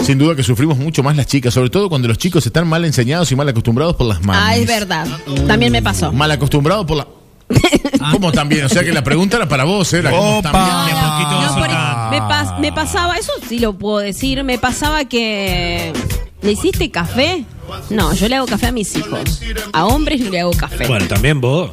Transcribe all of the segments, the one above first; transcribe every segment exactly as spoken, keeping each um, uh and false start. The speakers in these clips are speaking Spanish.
Sin duda que sufrimos mucho más las chicas, sobre todo cuando los chicos están mal enseñados y mal acostumbrados por las mamis. Ah, es verdad. También me pasó. Mal acostumbrados por la... ¿Cómo también? O sea que la pregunta era para vos, ¿era? Opa. También. No, por- me, pas- me pasaba, eso sí lo puedo decir, me pasaba que... ¿Le hiciste café? No, yo le hago café a mis hijos. A hombres no le hago café. Bueno, también vos.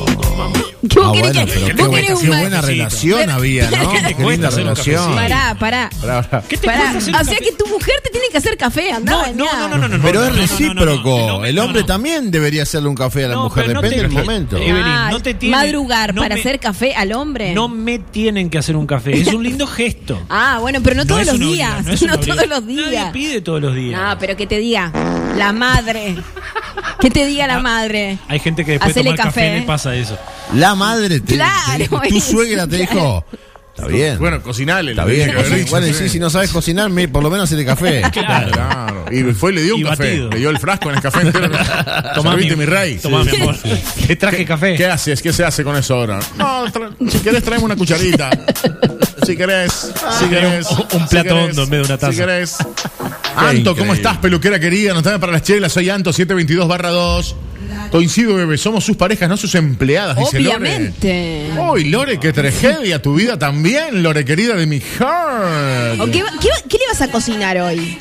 ¿Qué vos Ah, querés bueno, que- pero vos qué buena, querés un qué ma- buena relación Pero- había, ¿no? ¿Qué te Qué cuesta linda hacer un relación. cafecito? Pará, pará. Pará, pará. ¿Qué te Pará. cuesta hacer un O sea café? que tu mujer te tiene que hacer café, andá. No, no, no, no, no, no. Pero no, es no, no, recíproco. no, no, no, El no, hombre no. también debería hacerle un café a la No, mujer, pero no depende te- del momento. Evelyn, Ah, no te tiene- madrugar no para me- hacer café al hombre. No me tienen que hacer un café. Es un lindo gesto. Ah, bueno, pero no todos es los una días. obligación, es No una todos obligación. los días. Nadie pide todos los días. No, pero que te diga la madre. Que te diga la Ah, madre. Hay gente que después de Hacele tomar café, café. le pasa eso. La madre te, Claro, te dijo, tu es- suegra te dijo, está bien. Bueno, cocinale. Está le bien, tenía que haber cocina. dicho, Bueno, y sí. sí, si no sabes cocinar, me- por lo menos hacele café. Claro. Claro. Y fue y le dio un Y café. batido. Le dio el frasco en el café entero. Tomá, Serviste, mi, mi rey. Tomá, Sí. mi amor. Te traje café. ¿Qué haces? ¿Qué se hace con eso ahora? No, tra- si querés traeme una cucharita. Si querés, si querés. un- un si plato querés, hondo en vez de una taza. Si querés. Anto, ¿cómo increíble. estás, peluquera querida? Nos trae para las chelas. Soy Anto siete veintidós barra dos. Coincido, bebé. Somos sus parejas, no sus empleadas, dice Lore. Obviamente. Uy, Lore, qué tragedia. Tu vida también, Lore, querida de mi heart. ¿O qué, va- qué va- qué le vas a cocinar hoy?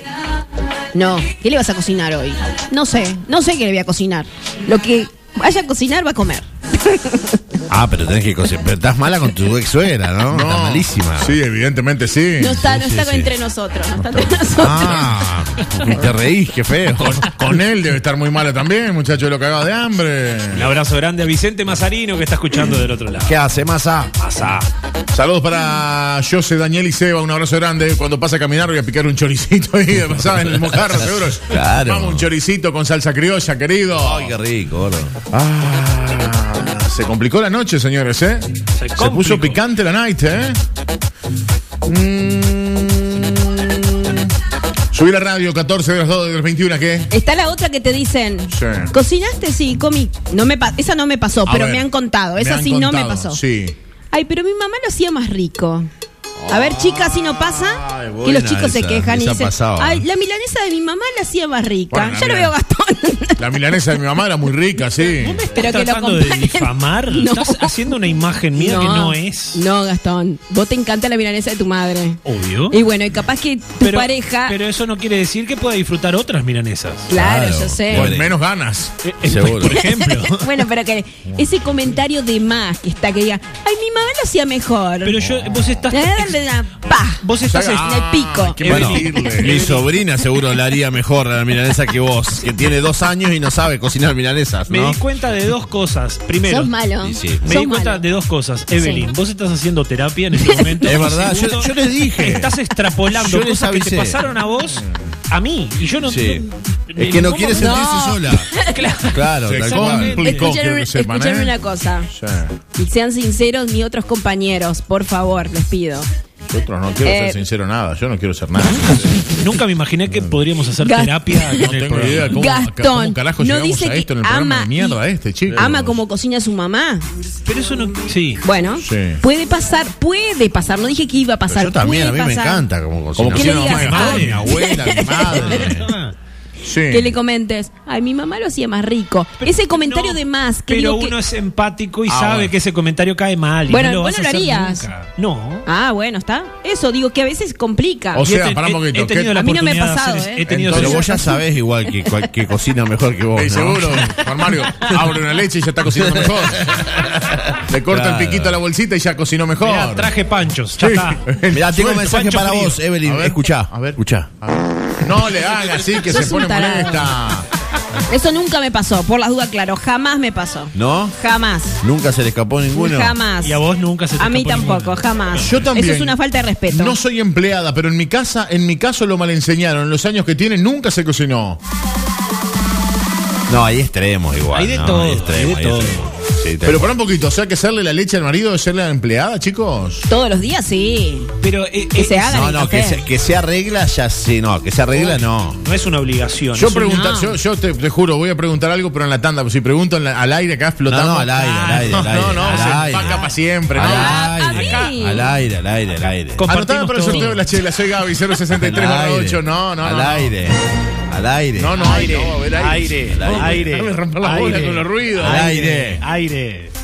No, ¿qué le vas a cocinar hoy? No sé, no sé qué le voy a cocinar. Lo que vaya a cocinar va a comer. Ah, pero tenés que cocinar. Pero estás mala con tu ex suegra, ¿no? Está malísima. Sí, evidentemente sí. No está, no Sí, está sí, sí. entre nosotros, no está entre nosotros. Ah, te reís, qué feo. Con, con él debe estar muy mala también, muchacho, lo cagado de hambre. Un abrazo grande a Vicente Mazarino que está escuchando del otro lado. ¿Qué hace, masa? Pasa. Saludos para José, Daniel y Seba, un abrazo grande. Cuando pasa a caminar voy a picar un choricito ahí de pasada en el mojarra, seguro. Claro. Vamos, un choricito con salsa criolla, querido. Ay, qué rico, gordo. Ah, se complicó la noche, señores, ¿eh? Se Se, complicó. puso picante la night, ¿eh? Mm. Subí la radio, catorce de las dos de las veintiuna, ¿qué? Está la otra que te dicen, Sí. ¿cocinaste? Sí, comí. No me pa- esa no me pasó, A pero ver, me han contado. Esa han sí no me contado, pasó. Sí. Ay, pero mi mamá lo hacía más rico. A ver, chicas, si no pasa, Ay, que buena los chicos se esa, quejan y esa dicen, pasaba. ay, la milanesa de mi mamá la hacía más rica. Bueno, ya lo mira. veo, Gastón. La milanesa de mi mamá era muy rica, sí. Pero que lo ¿Tratando de comparen. difamar? No. ¿Estás haciendo una imagen mía que no es? No, Gastón. Vos te encanta la milanesa de tu madre. Obvio. Y bueno, y capaz que tu Pero, pareja... pero eso no quiere decir que pueda disfrutar otras milanesas. Claro, Claro. yo sé. Con Bueno. menos ganas. Eh, eh, Seguro. Por ejemplo. Bueno, pero que ese comentario de más que está que diga, ay, mi mamá lo hacía mejor. Pero yo, vos estás. ¡Pah! Vos estás. Ah, en el pico. qué Bueno, mentirle. mi sobrina seguro la haría mejor a la milanesa que vos, que tiene dos años y no sabe cocinar milanesas, Me ¿no? di cuenta de dos cosas. Primero, Sos malo. Sí, sí. me Sos di cuenta malo. de dos cosas. Evelyn, Sí. vos estás haciendo terapia en este momento. Es Y verdad, yo- segundo, yo les dije. Estás extrapolando Yo les cosas que te avisé. pasaron a vos a mí. Y yo no. Sí. no- Es que no ¿cómo? quiere sentirse No. sola. Claro. Claro, Se tal cual. complicó, Escuchen, quiero que sepan, escuchen ¿eh? una cosa. Sí. Y sean sinceros, mis otros compañeros, por favor, les pido. Nosotros no quiero Eh, ser sincero nada, yo no quiero ser nada. Nunca me imaginé que podríamos hacer Gas- terapia No con el tengo programa. idea cómo, Gastón, cómo carajo no llegamos dice a que esto en el programa ama de mierda y- este, chicos. Ama como cocina su mamá. Pero eso no. Sí. Bueno, Sí. puede pasar, puede pasar. No dije que iba a pasar. Yo también, a mí puede me pasar. encanta como Como cocina. ¿Qué cocina le mi mamá, digas? mi madre, Ay. mi abuela, mi madre. Sí. Que le comentes, ay, mi mamá lo hacía más rico. Ese comentario No, de más. Que pero digo que- uno es empático y Ah, sabe bueno. que ese comentario cae mal. Y Bueno, no lo vos vas no a lo hacer harías. nunca. No. Ah, bueno, está. Eso, digo que a veces complica. O sea, Yo he- pará un he- poquito, he tenido ¿qué- la A mí no me ha oportunidad de pasado, hacer- ¿eh? he tenido Pero Entonces- vos ya sabés igual que, cual- que cocina mejor que vos, Sí, ¿no? seguro, Juan Mario, abre una leche y ya está cocinando mejor. Le corta Claro. el piquito a la bolsita y ya cocinó mejor. Mirá, traje panchos, ya Sí. está. Mirá, tengo un Suelta, mensaje Pancho para frío. vos, Evelyn. A ver, Escuchá, a ver. escuchá. No le haga así que Sos se pone un tarado. molesta. Eso nunca me pasó, por las dudas, claro. Jamás me pasó. ¿No? Jamás. Nunca se le escapó ninguno. Jamás. Y a vos nunca se te A mí escapó tampoco, ninguna. jamás. Yo también. Eso es una falta de respeto. No soy empleada, pero en mi casa, en mi caso lo mal enseñaron. En los años que tiene nunca se cocinó. No, hay extremos igual. Hay de ¿no? todo, Hay extremos, hay de hay todo. extremos. Sí, tal Pero cual. para un poquito, o sea, que hacerle la leche al marido es ser la empleada, chicos. Todos los días sí. Pero eh, Que eh, se haga No, el no, que café. se, que sea regla ya sí, no, que sea regla no. no es una obligación. Yo es un- preguntar, no. yo, yo te, te juro, voy a preguntar algo, pero en la tanda. Si pregunto en la- al aire acá explotamos. No, no, al aire, al aire, No, al aire. no, no, al se aire. empaca para siempre, ¿no? Al Ah, aire, a mí. al aire, al aire, al aire. Compartimos Anotada para el todo. sorteo de las chelas. Soy Gaby, cero sesenta y tres Al barra aire, ocho. No, no, al no. aire, al aire. No, no, Aire, no, a ver, aire, Al aire. aire, Déjame romper la bola aire, con los ruidos. Al aire. aire.